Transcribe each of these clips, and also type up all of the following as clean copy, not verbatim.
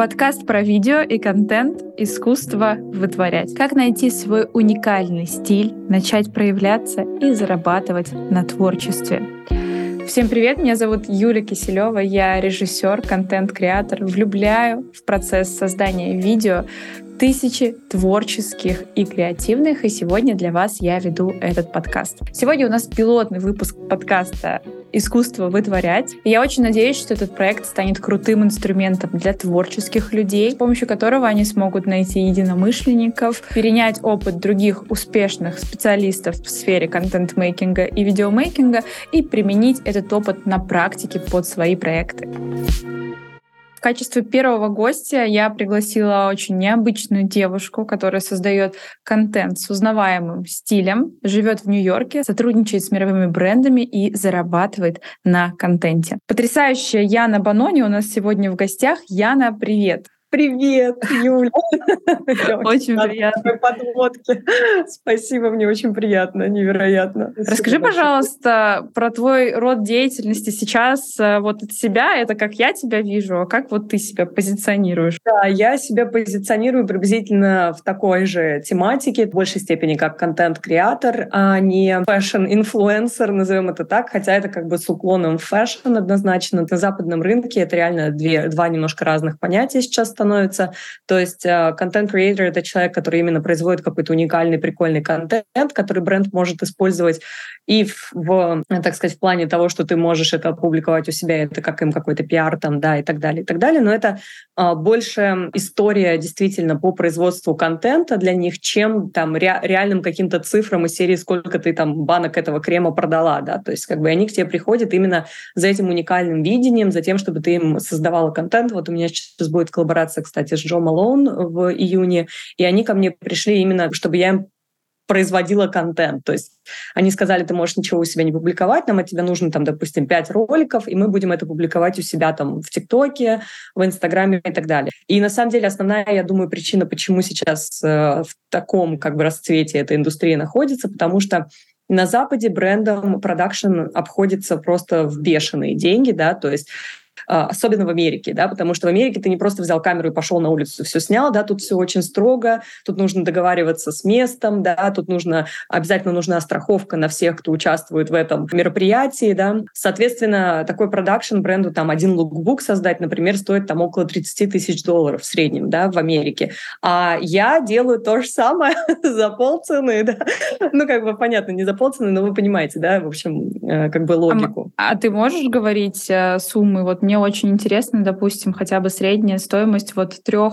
Подкаст про видео и контент «Искусство вытворять». Как найти свой уникальный стиль, начать проявляться и зарабатывать на творчестве. Всем привет, меня зовут Юля Киселева, я режиссер, контент-креатор. Влюбляю в процесс создания видео тысячи творческих и креативных, и сегодня для вас я веду этот подкаст. Сегодня у нас пилотный выпуск подкаста «Искусство вытворять». И я очень надеюсь, что этот проект станет крутым инструментом для творческих людей, с помощью которого они смогут найти единомышленников, перенять опыт других успешных специалистов в сфере контент-мейкинга и видеомейкинга и применить этот опыт на практике под свои проекты. В качестве первого гостя я пригласила очень необычную девушку, которая создает контент с узнаваемым стилем, живет в Нью-Йорке, сотрудничает с мировыми брендами и зарабатывает на контенте. Потрясающая Яна Бонони у нас сегодня в гостях. Яна, привет! Привет, Юля! Очень приятно. Подводки. Спасибо, мне очень приятно, невероятно. Расскажи, пожалуйста, про твой род деятельности сейчас, вот от себя, это как я тебя вижу, а как вот ты себя позиционируешь? Да, я себя позиционирую приблизительно в такой же тематике, в большей степени как контент-креатор, а не фэшн-инфлюенсер, назовем это так, хотя это как бы с уклоном в фэшн однозначно. На западном рынке это реально два немножко разных понятия сейчас становится. То есть контент-креатор — это человек, который именно производит какой-то уникальный, прикольный контент, который бренд может использовать и так сказать, в плане того, что ты можешь это опубликовать у себя, это как им какой-то пиар там, да, и так далее, и так далее. Но это больше история действительно по производству контента для них, чем там реальным каким-то цифрам из серии, сколько ты там банок этого крема продала, да. То есть как бы они к тебе приходят именно за этим уникальным видением, за тем, чтобы ты им создавала контент. Вот у меня сейчас будет коллаборация, кстати, с Джо Малоун в июне, и они ко мне пришли именно, чтобы я им производила контент. То есть они сказали, ты можешь ничего у себя не публиковать, нам от тебя нужно, там, допустим, 5 роликов, и мы будем это публиковать у себя там в ТикТоке, в Инстаграме и так далее. И на самом деле основная, я думаю, причина, почему сейчас в таком как бы расцвете эта индустрия находится, потому что на Западе брендом продакшн обходится просто в бешеные деньги, да, то есть особенно в Америке, да, потому что в Америке ты не просто взял камеру и пошел на улицу, все снял, да, тут все очень строго, тут нужно договариваться с местом, да, тут обязательно нужна страховка на всех, кто участвует в этом мероприятии, да. Соответственно, такой продакшн бренду там один лукбук создать, например, стоит там около $30 тысяч в среднем, да, в Америке. А я делаю то же самое за полцены, да. Ну, как бы понятно, не за полцены, но вы понимаете, да, в общем, как бы логику. А ты можешь говорить суммы? Вот мне очень интересно, допустим, хотя бы средняя стоимость вот 3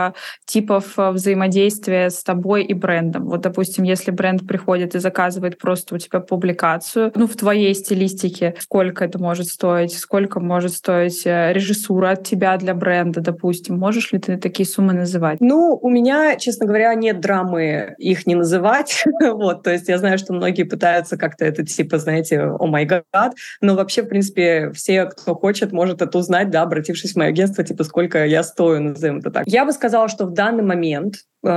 типов взаимодействия с тобой и брендом. Вот, допустим, если бренд приходит и заказывает просто у тебя публикацию, в твоей стилистике, сколько это может стоить, сколько может стоить режиссура от тебя для бренда, допустим. Можешь ли ты такие суммы называть? У меня, честно говоря, нет драмы их не называть. Вот, то есть я знаю, что многие пытаются как-то это типа, знаете, о май гад, но вообще, в принципе, все, кто хочет, может это узнать, да, обратившись в мое агентство, типа, сколько я стою, назовем это так. Я бы сказала, что в данный момент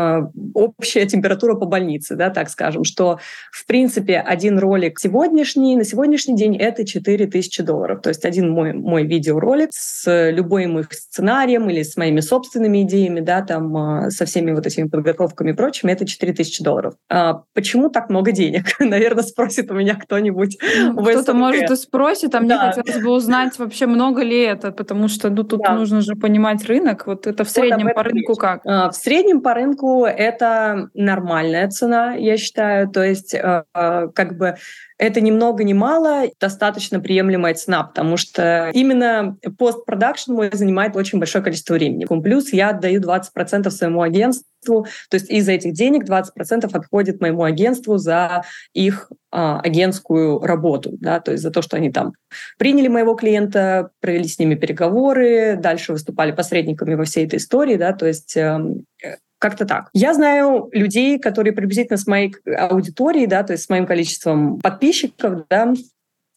общая температура по больнице, да, так скажем, что, в принципе, один ролик на сегодняшний день это $4000. То есть один мой видеоролик с любым их сценарием или с моими собственными идеями, да, там, со всеми вот этими подготовками и прочим, это $4000. Почему так много денег? Наверное, спросит у меня кто-нибудь. Кто-то, может, и спросит, а мне хотелось бы узнать вообще, много ли это, потому что тут нужно же понимать рынок. Вот это в среднем по рынку как? В среднем по рынку это нормальная цена, я считаю. То есть как бы это ни много ни мало достаточно приемлемая цена, потому что именно постпродакшн мой занимает очень большое количество времени. Плюс я отдаю 20% своему агентству, то есть из этих денег 20% отходит моему агентству за их агентскую работу, да, то есть за то, что они там приняли моего клиента, провели с ними переговоры, дальше выступали посредниками во всей этой истории, да, то есть как-то так. Я знаю людей, которые приблизительно с моей аудиторией, да, то есть с моим количеством подписчиков, да,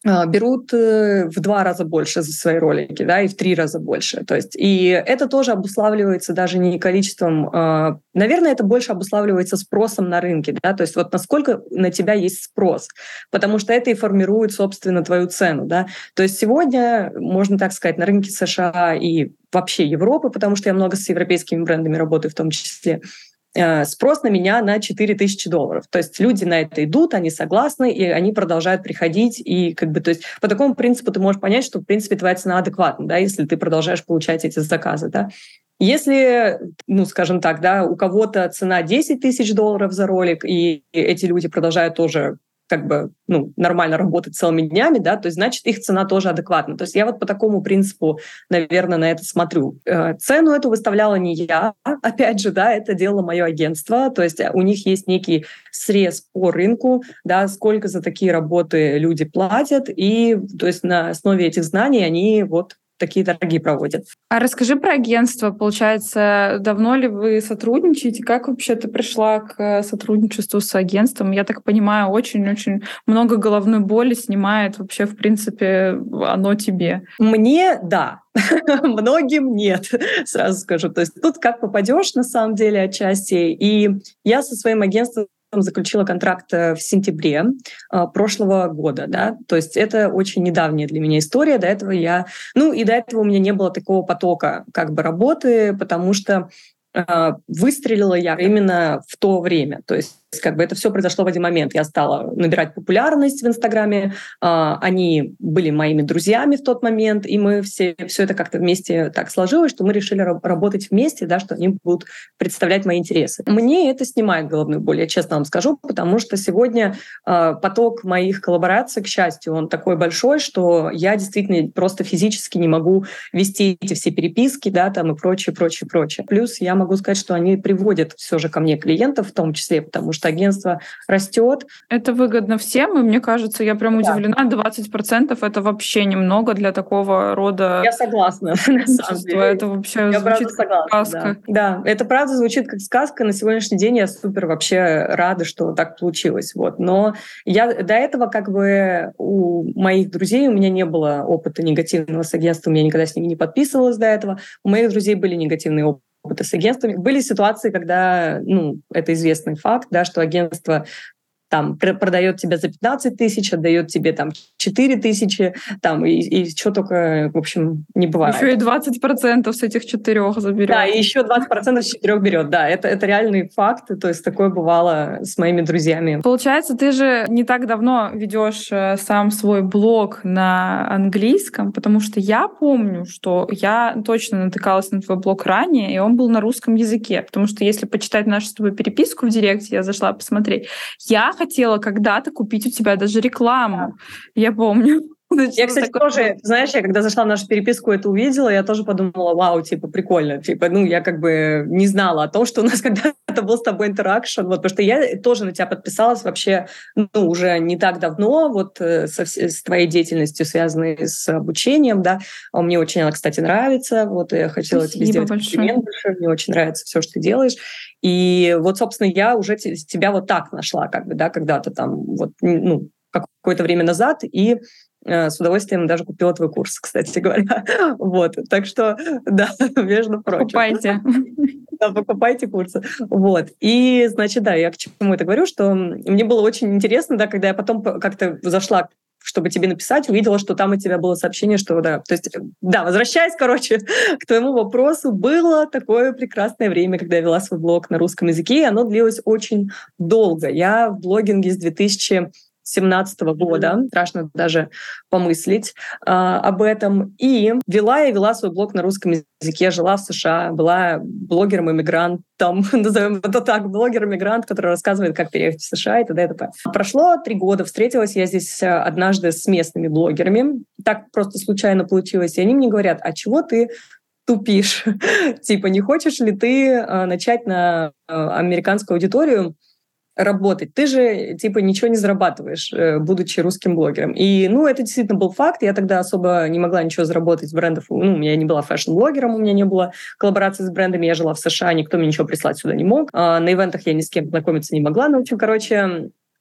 берут в 2 раза больше за свои ролики, да, и в 3 раза больше. То есть, и это тоже обуславливается даже не количеством, наверное, это больше обуславливается спросом на рынке, да, то есть вот насколько на тебя есть спрос, потому что это и формирует, собственно, твою цену, да. То есть сегодня, можно так сказать, на рынке США и вообще Европы, потому что я много с европейскими брендами работаю в том числе, спрос на меня на $4000. То есть люди на это идут, они согласны, и они продолжают приходить. И как бы, то есть по такому принципу ты можешь понять, что, в принципе, твоя цена адекватна, да, если ты продолжаешь получать эти заказы, да. Если, ну, скажем так, да, у кого-то цена $10 000 за ролик, и эти люди продолжают тоже как бы, ну, нормально работать целыми днями, да, то есть, значит, их цена тоже адекватна. То есть я вот по такому принципу, наверное, на это смотрю. Цену эту выставляла не я, опять же, да, это делало мое агентство, то есть у них есть некий срез по рынку, да, сколько за такие работы люди платят, и, то есть на основе этих знаний они вот такие торги проводят. А расскажи про агентство. Получается, давно ли вы сотрудничаете? Как вообще ты пришла к сотрудничеству с агентством? Я так понимаю, очень-очень много головной боли снимает вообще, в принципе, оно тебе. Мне — да, многим нет, сразу скажу. То есть тут как попадешь, на самом деле, отчасти. И я со своим агентством заключила контракт в сентябре прошлого года, да, то есть это очень недавняя для меня история. До этого и до этого у меня не было такого потока как бы работы, потому что выстрелила я именно в то время. То есть как бы это все произошло в один момент. Я стала набирать популярность в Инстаграме, они были моими друзьями в тот момент, и мы все это как-то вместе так сложилось, что мы решили работать вместе, да, что они будут представлять мои интересы. Мне это снимает головную боль, я честно вам скажу, потому что сегодня поток моих коллабораций, к счастью, он такой большой, что я действительно просто физически не могу вести эти все переписки, да, там и прочее, прочее, прочее. Плюс я могу сказать, что они приводят все же ко мне клиентов в том числе, потому что агентство растет. Это выгодно всем, и мне кажется, я прям удивлена, 20% это вообще немного для такого рода... Я согласна, на самом деле. Это вообще я звучит как согласна, сказка. Да, это правда звучит как сказка. На сегодняшний день я супер вообще рада, что так получилось. Вот. Но я до этого как бы у моих друзей, у меня не было опыта негативного с агентством, я никогда с ними не подписывалась до этого. У моих друзей были негативные опыты с агентствами. Были ситуации, когда, это известный факт, да, что агентство там продает тебя за 15 тысяч, отдает тебе там 4 тысячи, там и что только, в общем, не бывает. Еще и 20% с этих 4 заберет. Да, и еще 20% с 4 берет, да, это реальный факт, то есть такое бывало с моими друзьями. Получается, ты же не так давно ведешь сам свой блог на английском, потому что я помню, что я точно натыкалась на твой блог ранее, и он был на русском языке, потому что если почитать нашу с тобой переписку в директе, я зашла посмотреть, я хотела когда-то купить у тебя даже рекламу, я помню. Я, кстати, тоже, знаешь, я когда зашла в нашу переписку, это увидела, я тоже подумала, вау, типа, прикольно. Типа, я как бы не знала о том, что у нас когда-то был с тобой интеракшн, вот, потому что я тоже на тебя подписалась вообще, уже не так давно, вот, с твоей деятельностью, связанной с обучением, да. Мне очень она, кстати, нравится, вот, я хотела тебе сделать комплимент большой, мне очень нравится все, что ты делаешь. И вот, собственно, я уже тебя вот так нашла, как бы, да, когда-то там, вот, какое-то время назад, и с удовольствием даже купила твой курс, кстати говоря. Вот. Так что, да, между прочим. Покупайте. Да, покупайте курсы. Вот. И, значит, да, я к чему это говорю, что мне было очень интересно, да, когда я потом как-то зашла, чтобы тебе написать, увидела, что там у тебя было сообщение, что, да, то есть, да, возвращаясь, короче, к твоему вопросу, было такое прекрасное время, когда я вела свой блог на русском языке, и оно длилось очень долго. Я в блогинге с 2017 года, страшно даже помыслить об этом. И я вела свой блог на русском языке, жила в США, была блогером-иммигрантом, назовем это так, блогер-иммигрант, который рассказывает, как переехать в США и т.д. и т.п. Прошло 3 года, встретилась я здесь однажды с местными блогерами, так просто случайно получилось, и они мне говорят, а чего ты тупишь? Типа, не хочешь ли ты начать на американскую аудиторию работать. Ты же, типа, ничего не зарабатываешь, будучи русским блогером. И, это действительно был факт. Я тогда особо не могла ничего заработать с брендов. У меня не была фэшн-блогером, у меня не было коллаборации с брендами. Я жила в США, никто мне ничего прислать сюда не мог. На ивентах я ни с кем знакомиться не могла. В общем,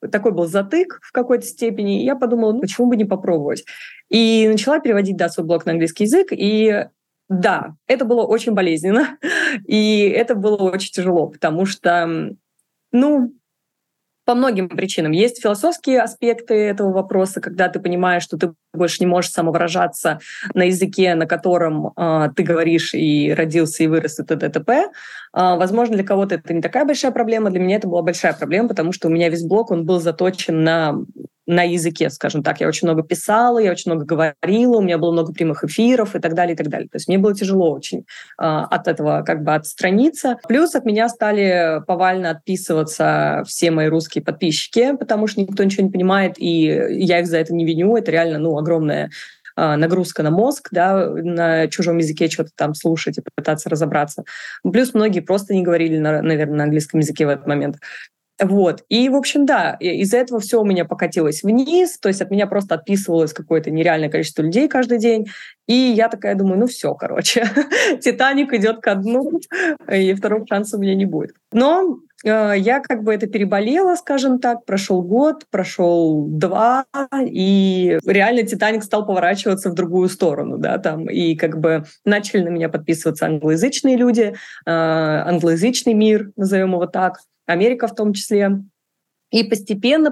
такой был затык в какой-то степени, и я подумала, ну, почему бы не попробовать. И начала переводить, да, свой блог на английский язык, и да, это было очень болезненно, и это было очень тяжело, потому что, ну, по многим причинам. Есть философские аспекты этого вопроса, когда ты понимаешь, что ты больше не можешь самовыражаться на языке, на котором ты говоришь и родился, и вырос, и т.д. т.п. Возможно, для кого-то это не такая большая проблема, для меня это была большая проблема, потому что у меня весь блог, он был заточен на языке, скажем так. Я очень много писала, я очень много говорила, у меня было много прямых эфиров и так далее, и так далее. То есть мне было тяжело очень от этого как бы отстраниться. Плюс от меня стали повально отписываться все мои русские подписчики, потому что никто ничего не понимает, и я их за это не виню. Это реально, огромная нагрузка на мозг, да, на чужом языке что-то там слушать и пытаться разобраться. Плюс многие просто не говорили, наверное, на английском языке в этот момент. Вот. И, в общем, да, из-за этого все у меня покатилось вниз, то есть от меня просто отписывалось какое-то нереальное количество людей каждый день. И я такая думаю, ну все, короче, «Титаник» идет ко дну, и второго шанса у меня не будет. Но я как бы это переболела, скажем так, прошел год, прошел два, и реально «Титаник» стал поворачиваться в другую сторону, да, там, и как бы начали на меня подписываться англоязычные люди, англоязычный мир, назовем его так, Америка в том числе. И постепенно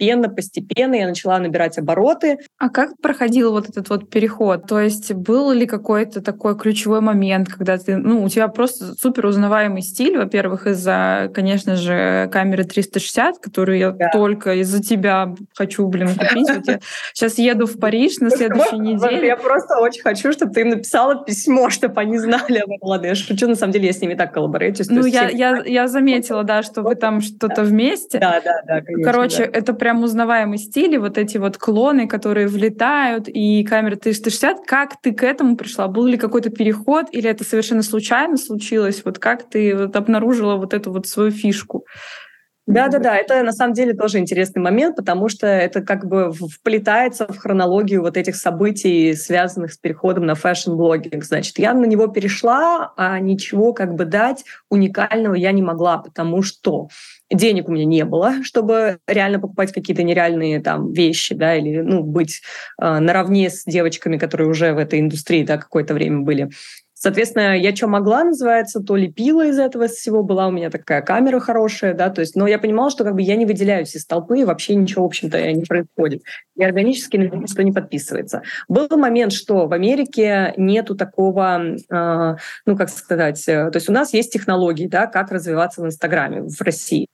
я начала набирать обороты. А как проходил вот этот вот переход? То есть был ли какой-то такой ключевой момент, когда ты, у тебя просто супер узнаваемый стиль, во-первых, из-за, конечно же, камеры 360, которую я только из-за тебя хочу, купить. Вот я сейчас еду в Париж на следующей неделе. Я просто очень хочу, чтобы ты им написала письмо, чтобы они знали об этом. Ладно, я шучу, на самом деле я с ними так коллаборирую. Я заметила, да, что вы там что-то вместе. Да, конечно. Короче, это прям узнаваемый стиль, и вот эти вот клоны, которые влетают, и камера 360. Как ты к этому пришла? Был ли какой-то переход, или это совершенно случайно случилось? Вот как ты обнаружила вот эту вот свою фишку? Да, это на самом деле тоже интересный момент, потому что это как бы вплетается в хронологию вот этих событий, связанных с переходом на фэшн-блогинг. Значит, я на него перешла, а ничего как бы дать уникального я не могла, потому что денег у меня не было, чтобы реально покупать какие-то нереальные там вещи, да, или быть наравне с девочками, которые уже в этой индустрии, да, какое-то время были. Соответственно, я что могла, называется, то лепила из этого всего. Была у меня такая камера хорошая, да, то есть, но я понимала, что как бы я не выделяюсь из толпы, и вообще ничего, в общем-то, не происходит. И органически на меня никто не подписывается. Был момент, что в Америке нету такого, как сказать, то есть у нас есть технологии, да, как развиваться в Инстаграме в России,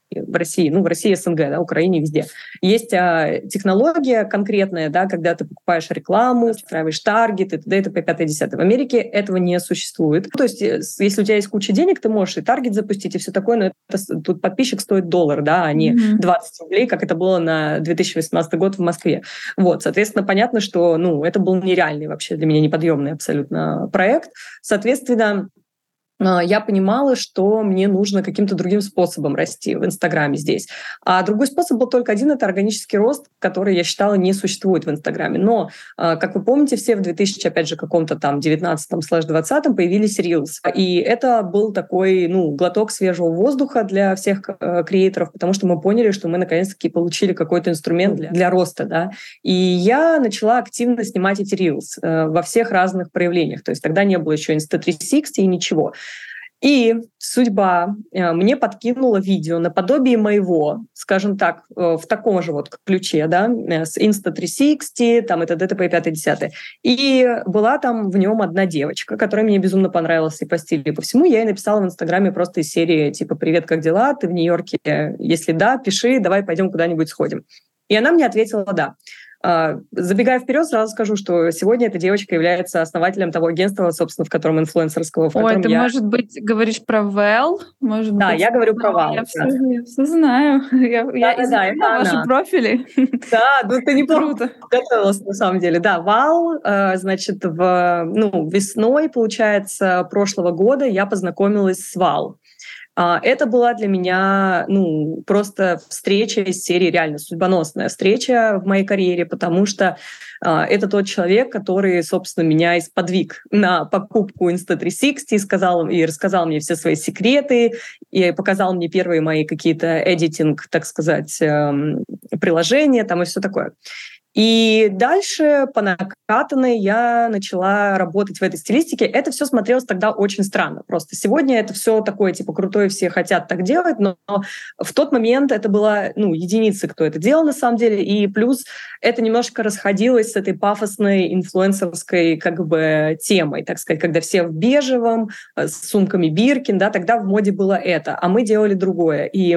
СНГ, да, Украине, везде. Есть технология конкретная, да, когда ты покупаешь рекламу, устраиваешь таргет, и т.д. и т.п. 5-10. В Америке этого не существует. То есть если у тебя есть куча денег, ты можешь и таргет запустить, и все такое, но тут подписчик стоит $1, да, а не 20 рублей, как это было на 2018 год в Москве. Вот, соответственно, понятно, что, это был нереальный вообще для меня неподъемный абсолютно проект. Соответственно, я понимала, что мне нужно каким-то другим способом расти в Инстаграме здесь. А другой способ был только один — это органический рост, который, я считала, не существует в Инстаграме. Но, как вы помните, все в 2000, опять же, каком-то там 19-20 появились Reels. И это был такой, глоток свежего воздуха для всех креаторов, потому что мы поняли, что мы наконец-таки получили какой-то инструмент для роста, да. И я начала активно снимать эти Reels во всех разных проявлениях. То есть тогда не было еще Insta360 и ничего. И судьба мне подкинула видео наподобие моего, скажем так, в таком же вот ключе, да, с Insta360, там, и т.д. т.п. 5-10. И была там в нем одна девочка, которая мне безумно понравилась и по стилю, и по всему. Я ей написала в Инстаграме просто из серии, типа, «Привет, как дела? Ты в Нью-Йорке? Если да, пиши, давай пойдем куда-нибудь сходим». И она мне ответила «да». Забегая вперед, сразу скажу, что сегодня эта девочка является основателем того агентства, собственно, в котором инфлюенсерского, в котором ты, может быть, говоришь про Вэл? Да, я говорю про Вэл. Я все знаю. Я изучила ваши профили. Да, ты неплохо готовилась, на самом деле. Да, Вэл, значит, весной, получается, прошлого года я познакомилась с Вэл. Это была для меня, просто встреча из серии, реально судьбоносная встреча в моей карьере, потому что это тот человек, который, собственно, меня и сподвиг на покупку Insta360, и рассказал мне все свои секреты, и показал мне первые мои какие-то эдитинг, так сказать, приложения там и все такое. И дальше по накатанной я начала работать в этой стилистике. Это все смотрелось тогда очень странно. Просто сегодня это все такое, типа, крутое, все хотят так делать, но в тот момент это была, единицы, кто это делал на самом деле. И плюс это немножко расходилось с этой пафосной инфлюенсерской как бы темой, так сказать, когда все в бежевом, с сумками Биркин, да, тогда в моде было это, а мы делали другое. И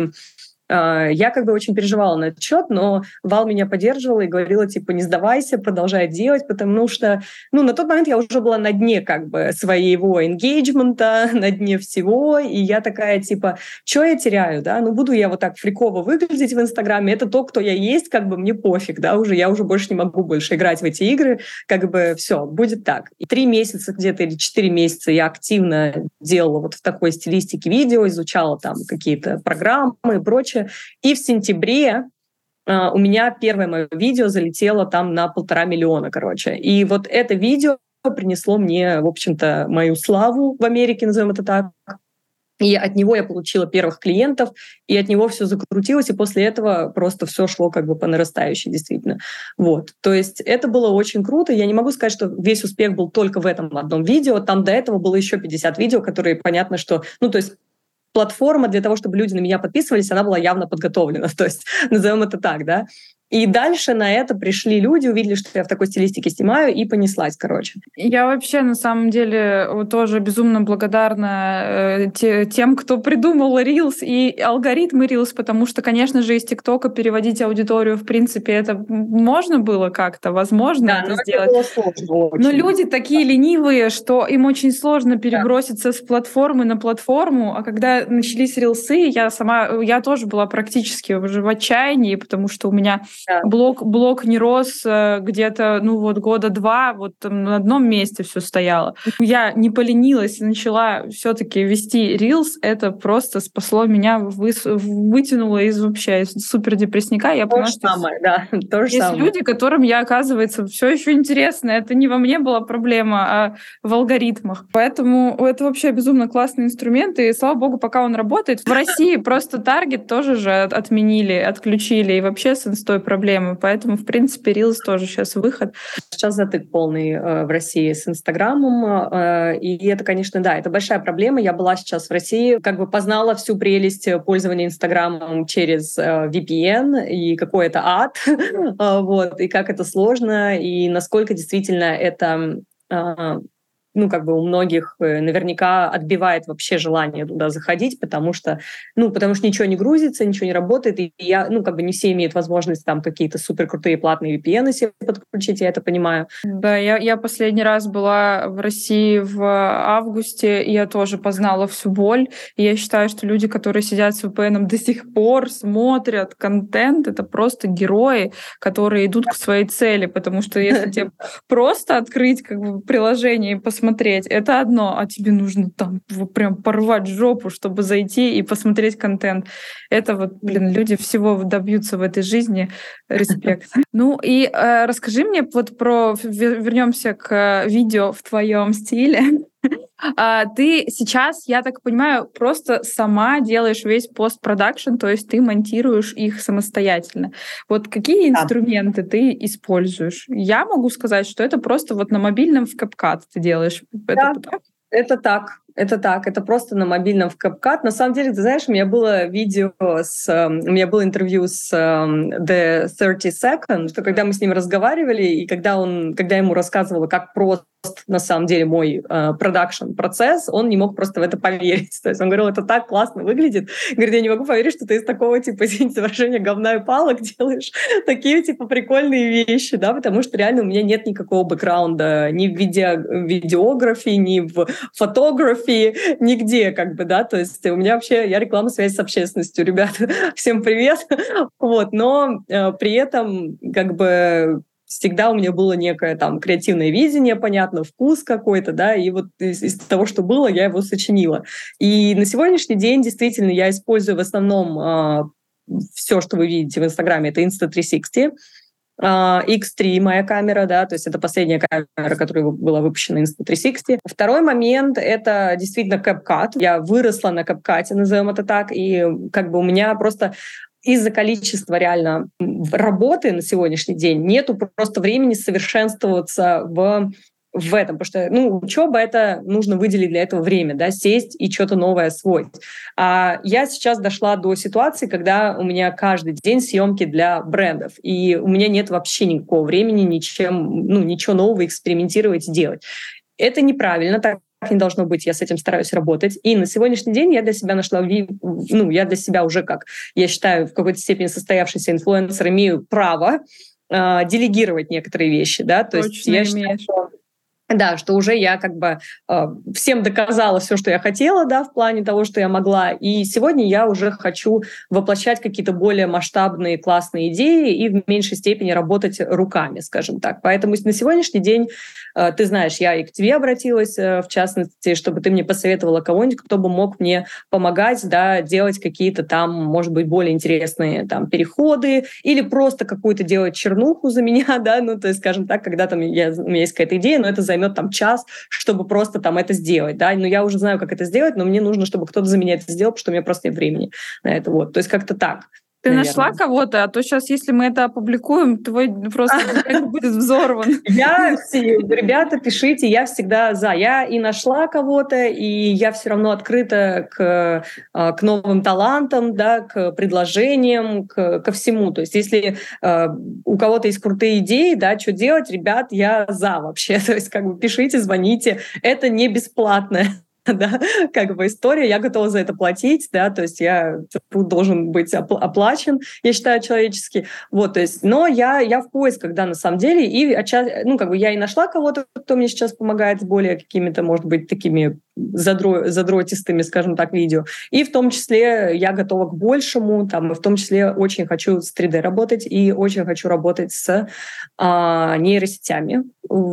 я как бы очень переживала на этот счет, но Вал меня поддерживала и говорила, типа, не сдавайся, продолжай делать, потому что, на тот момент я уже была на дне как бы своего engagement, на дне всего, и я такая, типа, что я теряю, да, буду я вот так фриково выглядеть в Инстаграме, это то, кто я есть, как бы мне пофиг, да, я уже больше не могу больше играть в эти игры, как бы все, будет так. И 3 месяца где-то или 4 месяца я активно делала вот в такой стилистике видео, изучала там какие-то программы и прочее. И в сентябре у меня первое мое видео залетело там на 1,5 миллиона, короче. И вот это видео принесло мне, в общем-то, мою славу в Америке, назовем это так. И от него я получила первых клиентов, и от него все закрутилось, и после этого просто все шло как бы по нарастающей, действительно. Вот. То есть это было очень круто. Я не могу сказать, что весь успех был только в этом одном видео. Там до этого было еще 50 видео, которые, понятно, что... то есть платформа для того, чтобы люди на меня подписывались, она была явно подготовлена. То есть назовем это так, да. И дальше на это пришли люди, увидели, что я в такой стилистике снимаю, и понеслась, короче. Я вообще, на самом деле, тоже безумно благодарна тем, кто придумал Reels и алгоритмы Reels, потому что, конечно же, из ТикТока переводить аудиторию, в принципе, это можно было как-то, возможно это сделать. Это было сложно очень. Но люди такие ленивые, что им очень сложно переброситься с платформы на платформу, а когда начались рилсы, я тоже была практически уже в отчаянии, потому что у меня блог не рос где-то, года 2, вот там на одном месте все стояло. Я не поленилась и начала все-таки вести Reels. Это просто спасло меня, вытянуло из супердепрессника. Я поняла, что есть люди, которым я, оказывается, все еще интересно. Это не во мне была проблема, а в алгоритмах. Поэтому это вообще безумно классный инструмент, и, слава богу, пока он работает. В России просто таргет тоже же отменили, отключили, и вообще с инстой проблемы. Поэтому, в принципе, Reels тоже сейчас выход. Сейчас затык полный в России с Инстаграмом, и это, конечно, да, это большая проблема. Я была сейчас в России, как бы познала всю прелесть пользования Инстаграмом через VPN, и какой это ад, вот, и как это сложно, и насколько действительно это... у многих наверняка отбивает вообще желание туда заходить, потому что ничего не грузится, ничего не работает, и не все имеют возможность там какие-то суперкрутые платные VPN себе подключить, я это понимаю. Да, я последний раз была в России в августе, и я тоже познала всю боль. И я считаю, что люди, которые сидят с VPN до сих пор, смотрят контент, это просто герои, которые идут к своей цели, потому что если тебе просто открыть приложение и посмотреть, это одно, а тебе нужно там прям порвать жопу, чтобы зайти и посмотреть контент. Это люди всего добьются в этой жизни. Респект. И расскажи мне вернемся к видео в твоем стиле. Ты сейчас, я так понимаю, просто сама делаешь весь постпродакшн, то есть ты монтируешь их самостоятельно. Вот какие инструменты ты используешь? Я могу сказать, что это просто на мобильном в CapCut ты делаешь. Это так. Это просто на мобильном в CapCut. На самом деле, ты знаешь, у меня было интервью с The 30 Second, что когда мы с ним разговаривали, и когда я ему рассказывала, как просто на самом деле мой продакшн-процесс, он не мог просто в это поверить. То есть он говорил, это так классно выглядит. Говорит, я не могу поверить, что ты из такого, извините за выражение, говна и палок делаешь такие, прикольные вещи, да, потому что реально у меня нет никакого бэкграунда ни в видеографии, ни в фотографии, нигде, да, то есть у меня вообще, я реклама связь с общественностью, ребята, всем привет, но при этом, всегда у меня было некое там креативное видение, понятно, вкус какой-то, да, и вот из того, что было, я его сочинила. И на сегодняшний день действительно я использую в основном все, что вы видите в Инстаграме, это Insta360, X3 моя камера, да, то есть это последняя камера, которая была выпущена Insta360. Второй момент — это действительно CapCut. Я выросла на CapCut, назовем это так, и как бы у меня просто из-за количества реально работы на сегодняшний день нету просто времени совершенствоваться в этом, потому что, учеба — это нужно выделить для этого время, да, сесть и что-то новое освоить. А я сейчас дошла до ситуации, когда у меня каждый день съемки для брендов, и у меня нет вообще никакого времени ничего нового экспериментировать и делать. Это неправильно, так не должно быть, я с этим стараюсь работать. И на сегодняшний день я для себя нашла, я для себя уже, как я считаю, в какой-то степени состоявшийся инфлюенсер, имею право делегировать некоторые вещи, да, то есть я считаю, что уже я как бы всем доказала все, что я хотела, да, в плане того, что я могла. И сегодня я уже хочу воплощать какие-то более масштабные, классные идеи и в меньшей степени работать руками, скажем так. Поэтому на сегодняшний день, ты знаешь, я и к тебе обратилась, в частности, чтобы ты мне посоветовала кого-нибудь, кто бы мог мне помогать, да, делать какие-то там, может быть, более интересные там переходы или просто какую-то делать чернуху за меня, да, то есть, скажем так, когда там у меня есть какая-то идея, но это займет там час, чтобы просто там это сделать, да, но я уже знаю, как это сделать, но мне нужно, чтобы кто-то за меня это сделал, потому что у меня просто нет времени на это, вот, то есть как-то так. Ты нашла кого-то? А то сейчас, если мы это опубликуем, твой просто будет взорван. Ребята, пишите, я всегда за. Я и нашла кого-то, и я все равно открыта к новым талантам, да, к предложениям, ко всему. То есть если у кого-то есть крутые идеи, да, что делать, ребят, я за вообще. То есть как бы пишите, звоните. Это не бесплатно. Да, как бы история, я готова за это платить, да, то есть труд должен быть оплачен, я считаю, человечески, вот, то есть, но я в поисках, да, на самом деле, и, я и нашла кого-то, кто мне сейчас помогает с более какими-то, может быть, такими задротистыми, скажем так, видео, и в том числе я готова к большему, там, и в том числе очень хочу с 3D работать, и очень хочу работать с нейросетями.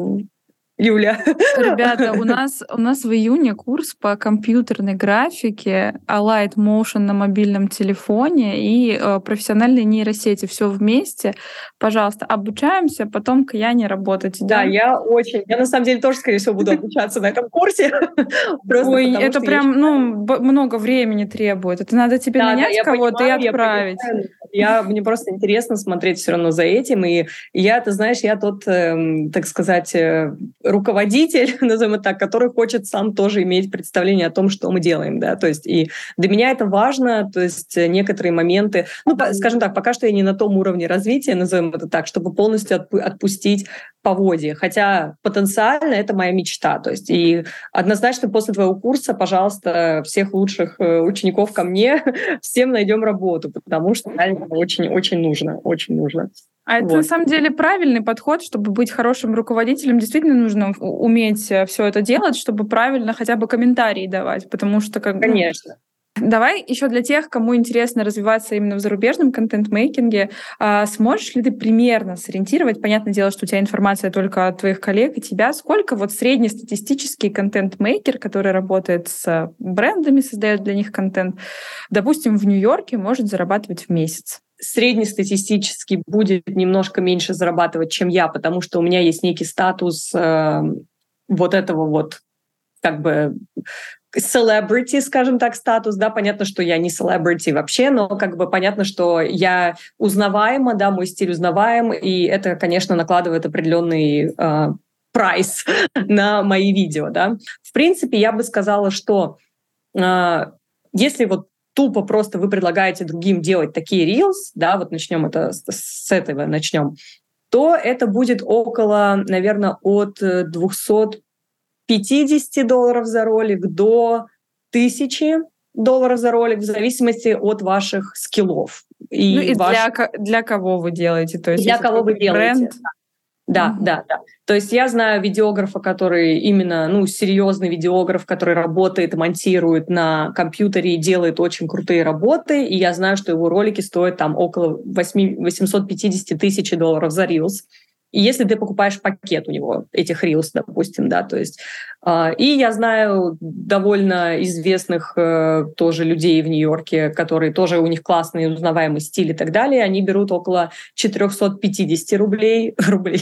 Юля. Ребята, у нас в июне курс по компьютерной графике, Alight Motion на мобильном телефоне и профессиональные нейросети. Все вместе. Пожалуйста, обучаемся, потом к Яне работать. Да, я на самом деле тоже, скорее всего, буду обучаться на этом курсе. Ой, это прям, много времени требует. Это надо тебе нанять кого-то и отправить. Мне просто интересно смотреть все равно за этим. И я, ты знаешь, я тот, так сказать, руководитель, назовем это так, который хочет сам тоже иметь представление о том, что мы делаем, да, то есть и для меня это важно, то есть некоторые моменты, скажем так, пока что я не на том уровне развития, назовем это так, чтобы полностью отпустить поводья, хотя потенциально это моя мечта, то есть и однозначно после твоего курса, пожалуйста, всех лучших учеников ко мне, всем найдем работу, потому что реально очень нужно, очень нужно. А это на самом деле правильный подход, чтобы быть хорошим руководителем. Действительно нужно уметь все это делать, чтобы правильно хотя бы комментарии давать, потому что Конечно. Давай еще для тех, кому интересно развиваться именно в зарубежном контент-мейкинге, сможешь ли ты примерно сориентировать, понятное дело, что у тебя информация только от твоих коллег и тебя, сколько вот среднестатистический контент-мейкер, который работает с брендами, создает для них контент, допустим, в Нью-Йорке может зарабатывать в месяц? Среднестатистически будет немножко меньше зарабатывать, чем я, потому что у меня есть некий статус вот этого вот как бы celebrity, скажем так, статус, да, понятно, что я не celebrity вообще, но как бы понятно, что я узнаваема, да, мой стиль узнаваем, и это, конечно, накладывает определенный прайс на мои видео, да. В принципе, я бы сказала, что если вот тупо просто вы предлагаете другим делать такие reels, да, вот начнем это с этого начнем, то это будет около, наверное, от 250 $50 за ролик до $1000 за ролик, в зависимости от ваших скиллов. Для кого вы делаете? То есть для кого вы делаете. Бренд? Да. То есть я знаю видеографа, который именно, серьезный видеограф, который работает, монтирует на компьютере и делает очень крутые работы, и я знаю, что его ролики стоят там около $850 000 за Reels. И если ты покупаешь пакет у него, этих Reels, допустим, да, то есть... И я знаю довольно известных тоже людей в Нью-Йорке, которые тоже, у них классный узнаваемый стиль и так далее, они берут около 450 рублей,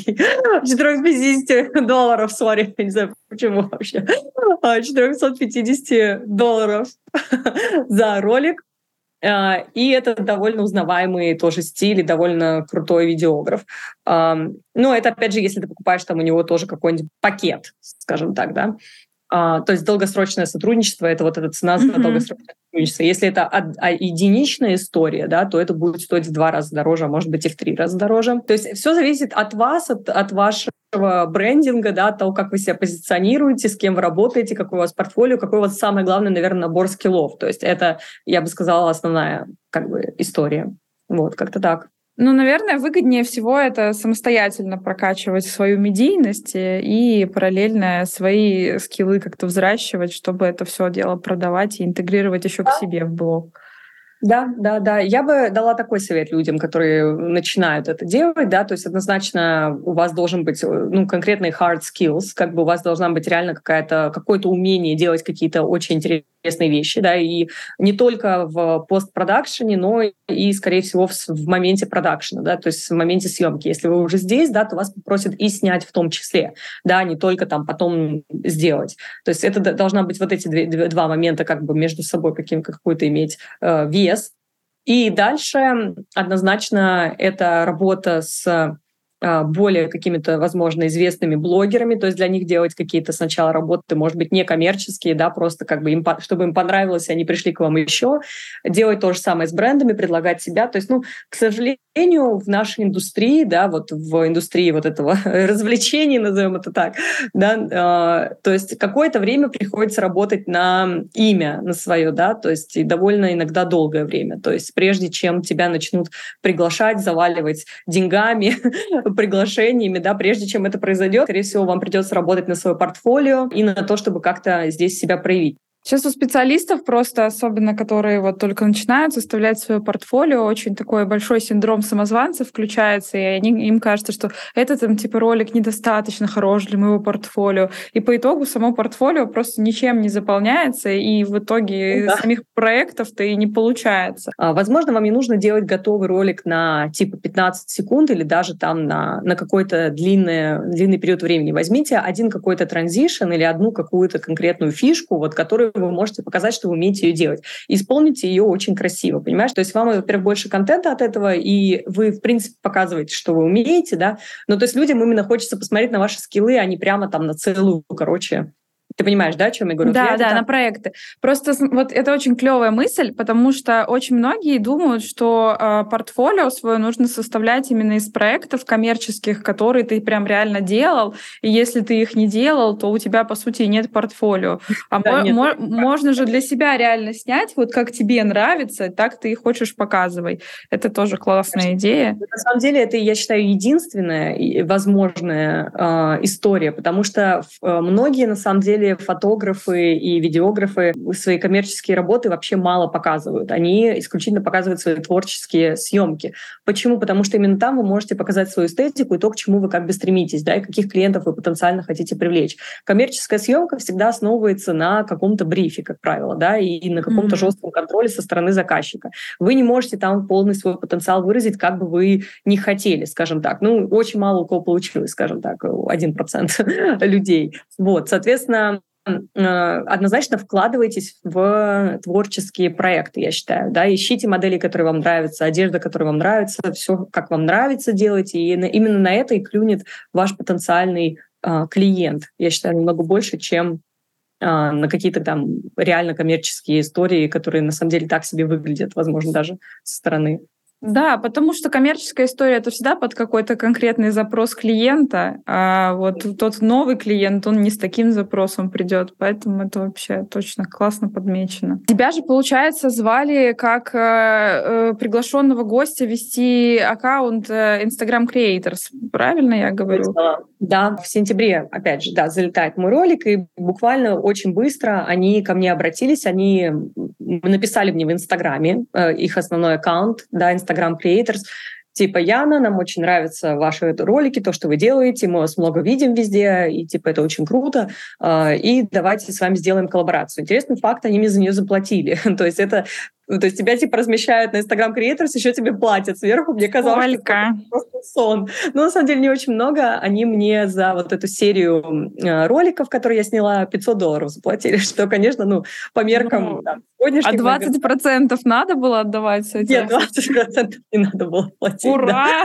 450 долларов, сори, я не знаю, почему вообще, 450 долларов за ролик. И это довольно узнаваемый тоже стиль и довольно крутой видеограф. Но это, опять же, если ты покупаешь там у него тоже какой-нибудь пакет, скажем так, да. То есть долгосрочное сотрудничество — это вот эта цена за долгосрочное сотрудничество. Если это единичная история, да, то это будет стоить в 2 раза дороже, а может быть и в 3 раза дороже. То есть все зависит от вас, от вашего брендинга, да, от того, как вы себя позиционируете, с кем вы работаете, какое у вас портфолио, какой у вас самый главный, наверное, набор скиллов. То есть это, я бы сказала, основная как бы история. Вот, как-то так. Ну, наверное, выгоднее всего это самостоятельно прокачивать свою медийность и параллельно свои скиллы как-то взращивать, чтобы это все дело продавать и интегрировать еще к себе в блог. Да. Я бы дала такой совет людям, которые начинают это делать, да, то есть однозначно у вас должен быть, конкретный hard skills, как бы у вас должна быть реально какое-то умение делать какие-то очень интересные вещи, да, и не только в постпродакшене, но и, скорее всего, в моменте продакшена, да, то есть в моменте съемки. Если вы уже здесь, да, то вас попросят и снять в том числе, да, не только там потом сделать. То есть это должна быть вот эти два момента как бы между собой какой-то иметь вес. И дальше однозначно это работа с более какими-то, возможно, известными блогерами, то есть для них делать какие-то сначала работы, может быть, некоммерческие, да, просто как бы чтобы им понравилось, и они пришли к вам еще, делать то же самое с брендами, предлагать себя. То есть, к сожалению, в нашей индустрии, да, вот в индустрии вот этого развлечений, назовем это так, да, то есть какое-то время приходится работать на имя, на свое, да, то есть и довольно иногда долгое время. То есть прежде чем тебя начнут приглашать, заваливать деньгами, приглашениями, да, прежде чем это произойдет, скорее всего, вам придется работать на свое портфолио и на то, чтобы как-то здесь себя проявить. Сейчас у специалистов просто, особенно которые вот только начинают составлять свое портфолио, очень такой большой синдром самозванца включается, и им кажется, что этот там типа ролик недостаточно хорош для моего портфолио. И по итогу само портфолио просто ничем не заполняется, и в итоге самих проектов-то и не получается. Возможно, вам не нужно делать готовый ролик на типа 15 секунд или даже там на какой-то длинный период времени. Возьмите один какой-то транзишн или одну какую-то конкретную фишку, вот, которую вы можете показать, что вы умеете ее делать. И исполните ее очень красиво, понимаешь? То есть вам, во-первых, больше контента от этого, и вы, в принципе, показываете, что вы умеете, да? Но то есть людям именно хочется посмотреть на ваши скиллы, а не прямо там на целую, Ты понимаешь, да, о чем я говорю? Да, на проекты. Просто вот это очень клевая мысль, потому что очень многие думают, что портфолио свое нужно составлять именно из проектов коммерческих, которые ты прям реально делал, и если ты их не делал, то у тебя, по сути, нет портфолио. Можно же для себя реально снять, вот как тебе нравится, так ты и хочешь показывай. Это тоже классная идея. На самом деле, это, я считаю, единственная возможная история, потому что многие, на самом деле, фотографы и видеографы свои коммерческие работы вообще мало показывают. Они исключительно показывают свои творческие съемки. Почему? Потому что именно там вы можете показать свою эстетику и то, к чему вы как бы стремитесь, да, и каких клиентов вы потенциально хотите привлечь. Коммерческая съемка всегда основывается на каком-то брифе, как правило, да, и на каком-то жестком контроле со стороны заказчика. Вы не можете там полный свой потенциал выразить, как бы вы не хотели, скажем так. Очень мало у кого получилось, скажем так, 1% людей. Вот, соответственно, однозначно вкладывайтесь в творческие проекты, я считаю, да, ищите модели, которые вам нравятся, одежда, которая вам нравится, все, как вам нравится, делайте, и именно на это и клюнет ваш потенциальный клиент. Я считаю, намного больше, чем на какие-то там реально коммерческие истории, которые на самом деле так себе выглядят, возможно, даже со стороны. Да, потому что коммерческая история — это всегда под какой-то конкретный запрос клиента, а вот тот новый клиент, он не с таким запросом придет, поэтому это вообще точно классно подмечено. Тебя же, получается, звали как приглашенного гостя вести аккаунт Instagram Creators, правильно я говорю? Да, в сентябре, опять же, да, залетает мой ролик, и буквально очень быстро они ко мне обратились, они написали мне в Инстаграме, их основной аккаунт, да, Instagram Creators, типа, Яна, нам очень нравятся ваши ролики, то, что вы делаете, мы вас много видим везде, и типа это очень круто, и давайте с вами сделаем коллаборацию. Интересный факт, они мне за нее заплатили. То есть это то есть тебя типа размещают на Instagram Creators, еще тебе платят сверху. Мне казалось, что это просто сон. Но на самом деле не очень много. Они мне за вот эту серию роликов, которые я сняла, $500 заплатили, что, конечно, по меркам сегодняшних... А 20% надо было отдавать? Нет, 20% не надо было платить. Ура!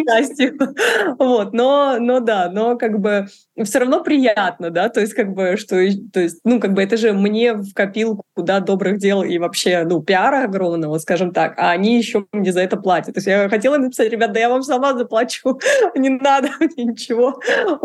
Но как бы все равно приятно, да, то есть как бы, это же мне в копилку, да, добрых дел и вообще, пиара огромного, скажем так, а они еще мне за это платят. То есть я хотела написать: ребят, да я вам сама заплачу, не надо мне ничего.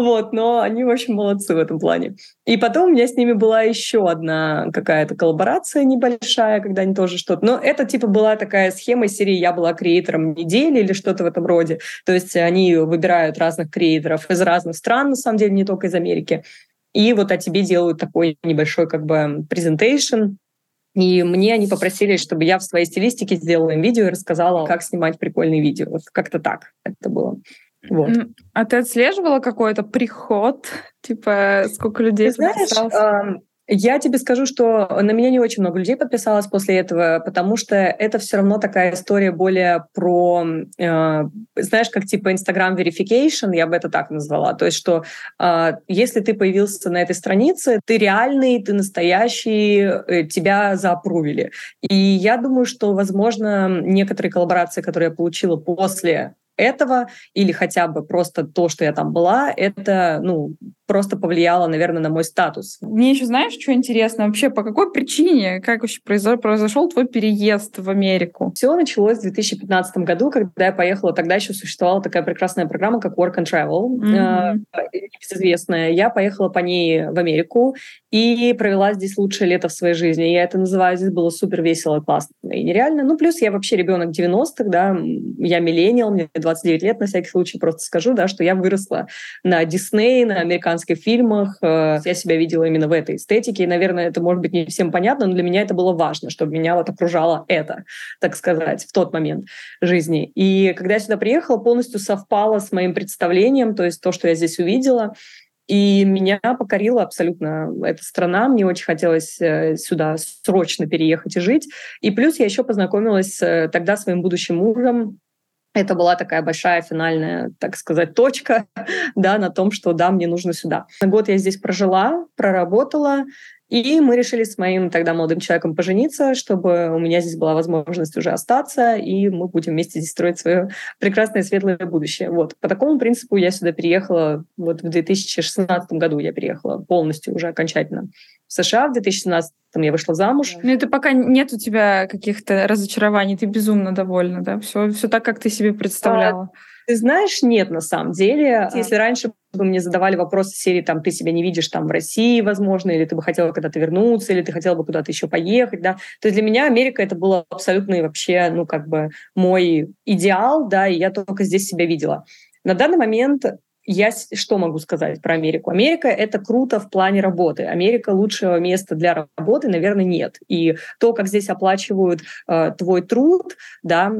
Но они очень молодцы в этом плане. И потом у меня с ними была еще одна какая-то коллаборация небольшая, когда они тоже что-то... Но это типа была такая схема из серии «Я была креатором недели» или что-то в этом роде. То есть они выбирают разных креаторов из разных стран, на самом деле, не только из Америки. И вот о тебе делают такой небольшой как бы презентейшн. И мне они попросили, чтобы я в своей стилистике сделала им видео и рассказала, как снимать прикольные видео. Вот как-то так это было. Вот. А ты отслеживала какой-то приход? Типа, сколько людей подписалось? Я тебе скажу, что на меня не очень много людей подписалось после этого, потому что это все равно такая история более про, знаешь, как типа Instagram verification, я бы это так назвала. То есть, что если ты появился на этой странице, ты реальный, ты настоящий, тебя заапрувили. И я думаю, что, возможно, некоторые коллаборации, которые я получила после этого, или хотя бы просто то, что я там была, это, просто повлияло, наверное, на мой статус. Мне еще, знаешь, что интересно? Вообще, по какой причине, как вообще произошел твой переезд в Америку? Все началось в 2015 году, когда я поехала. Тогда еще существовала такая прекрасная программа, как Work and Travel, небезызвестная. Я поехала по ней в Америку и провела здесь лучшее лето в своей жизни. Я это называю, здесь было супер весело, классно и нереально. Плюс я вообще ребенок 90-х, да, я миллениал, мне 29 лет, на всякий случай просто скажу, да, что я выросла на Дисней, на американских фильмах. Я себя видела именно в этой эстетике. И, наверное, это может быть не всем понятно, но для меня это было важно, чтобы меня вот окружало это, так сказать, в тот момент жизни. И когда я сюда приехала, полностью совпало с моим представлением, то есть то, что я здесь увидела. И меня покорила абсолютно эта страна. Мне очень хотелось сюда срочно переехать и жить. И плюс я еще познакомилась тогда с своим будущим мужем. Это была такая большая финальная, так сказать, точка, да, на том, что да, мне нужно сюда. Год я здесь прожила, проработала, и мы решили с моим тогда молодым человеком пожениться, чтобы у меня здесь была возможность уже остаться, и мы будем вместе здесь строить свое прекрасное светлое будущее. Вот. По такому принципу я сюда переехала, в 2016 году я переехала полностью уже окончательно в США. В 2017 я вышла замуж. Это пока нет у тебя каких-то разочарований, ты безумно довольна, да? Все так, как ты себе представляла. Ты знаешь, нет, на самом деле. Если раньше бы мне задавали вопросы серии, ты себя не видишь в России, возможно, или ты бы хотела когда-то вернуться, или ты хотела бы куда-то еще поехать, да, то есть для меня Америка это было абсолютно вообще, мой идеал, да, и я только здесь себя видела. На данный момент я что могу сказать про Америку? Америка — это круто в плане работы. Америка — лучшего места для работы, наверное, нет. И то, как здесь оплачивают твой труд, да,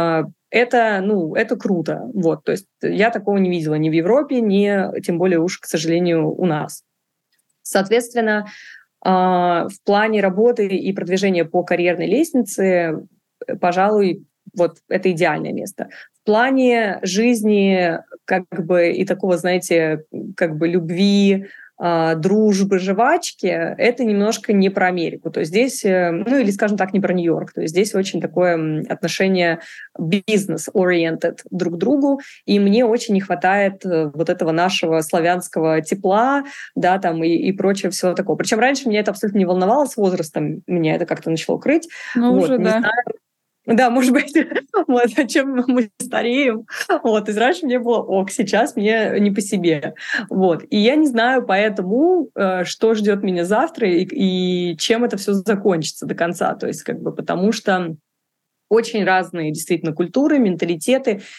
это круто. Вот, то есть я такого не видела ни в Европе, ни, тем более уж, к сожалению, у нас. Соответственно, в плане работы и продвижения по карьерной лестнице, пожалуй, вот это идеальное место. В плане жизни и такого, знаете, любви, дружбы, жвачки, это немножко не про Америку. То есть здесь, или, скажем так, не про Нью-Йорк. То есть здесь очень такое отношение бизнес-oriented друг к другу, и мне очень не хватает вот этого нашего славянского тепла, да, и прочее всего такого. Причем раньше меня это абсолютно не волновало, с возрастом меня это как-то начало крыть. Уже, не знаю. Да, может быть, о чем мы стареем. И раньше мне было ок, сейчас мне не по себе. И я не знаю поэтому, что ждет меня завтра и чем это все закончится до конца. То есть потому что очень разные действительно культуры, менталитеты.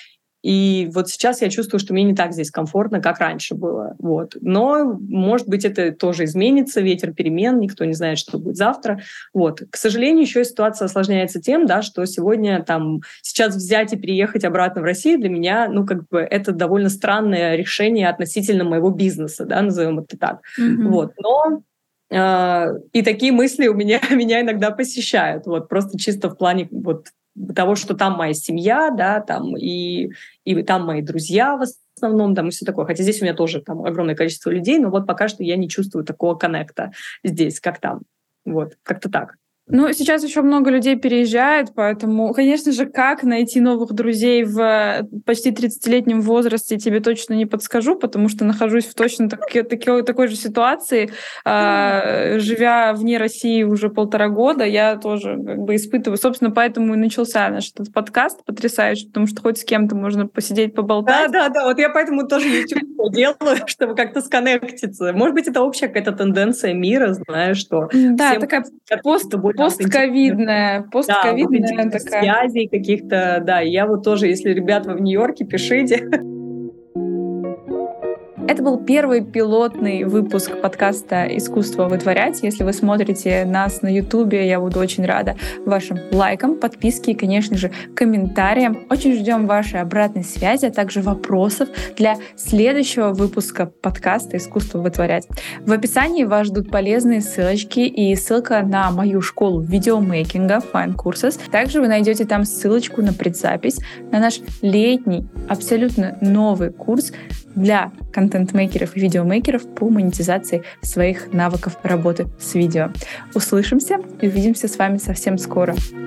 И вот сейчас я чувствую, что мне не так здесь комфортно, как раньше было. Вот. Но, может быть, это тоже изменится, ветер перемен, никто не знает, что будет завтра. Вот. К сожалению, еще ситуация осложняется тем, да, что сегодня сейчас взять и переехать обратно в Россию для меня, это довольно странное решение относительно моего бизнеса, да, назовем это так. Вот. Но и такие мысли меня иногда посещают, вот, просто чисто в плане вот того, что там моя семья, да, там и там мои друзья в основном, там и все такое. Хотя здесь у меня тоже там огромное количество людей, но вот пока что я не чувствую такого коннекта здесь, как там. Вот, как-то так. Ну, сейчас еще много людей переезжают, поэтому, конечно же, как найти новых друзей в почти 30-летнем возрасте, тебе точно не подскажу, потому что нахожусь в точно такой же ситуации. Живя вне России уже 1,5 года, я тоже испытываю. Собственно, поэтому и начался наш этот подкаст потрясающий, потому что хоть с кем-то можно посидеть, поболтать. Да, вот я поэтому тоже YouTube делаю, чтобы как-то сконнектиться. Может быть, это общая какая-то тенденция мира, знаешь, что... Да, такая постковидная такая. Связей каких-то, да. Я вот тоже, если ребят в Нью-Йорке, пишите. Это был первый пилотный выпуск подкаста «Искусство вытворять». Если вы смотрите нас на Ютубе, я буду очень рада вашим лайкам, подписке и, конечно же, комментариям. Очень ждем вашей обратной связи, а также вопросов для следующего выпуска подкаста «Искусство вытворять». В описании вас ждут полезные ссылочки и ссылка на мою школу видеомейкинга Fine Courses. Также вы найдете там ссылочку на предзапись на наш летний, абсолютно новый курс для контент-мейкеров и видеомейкеров по монетизации своих навыков работы с видео. Услышимся и увидимся с вами совсем скоро.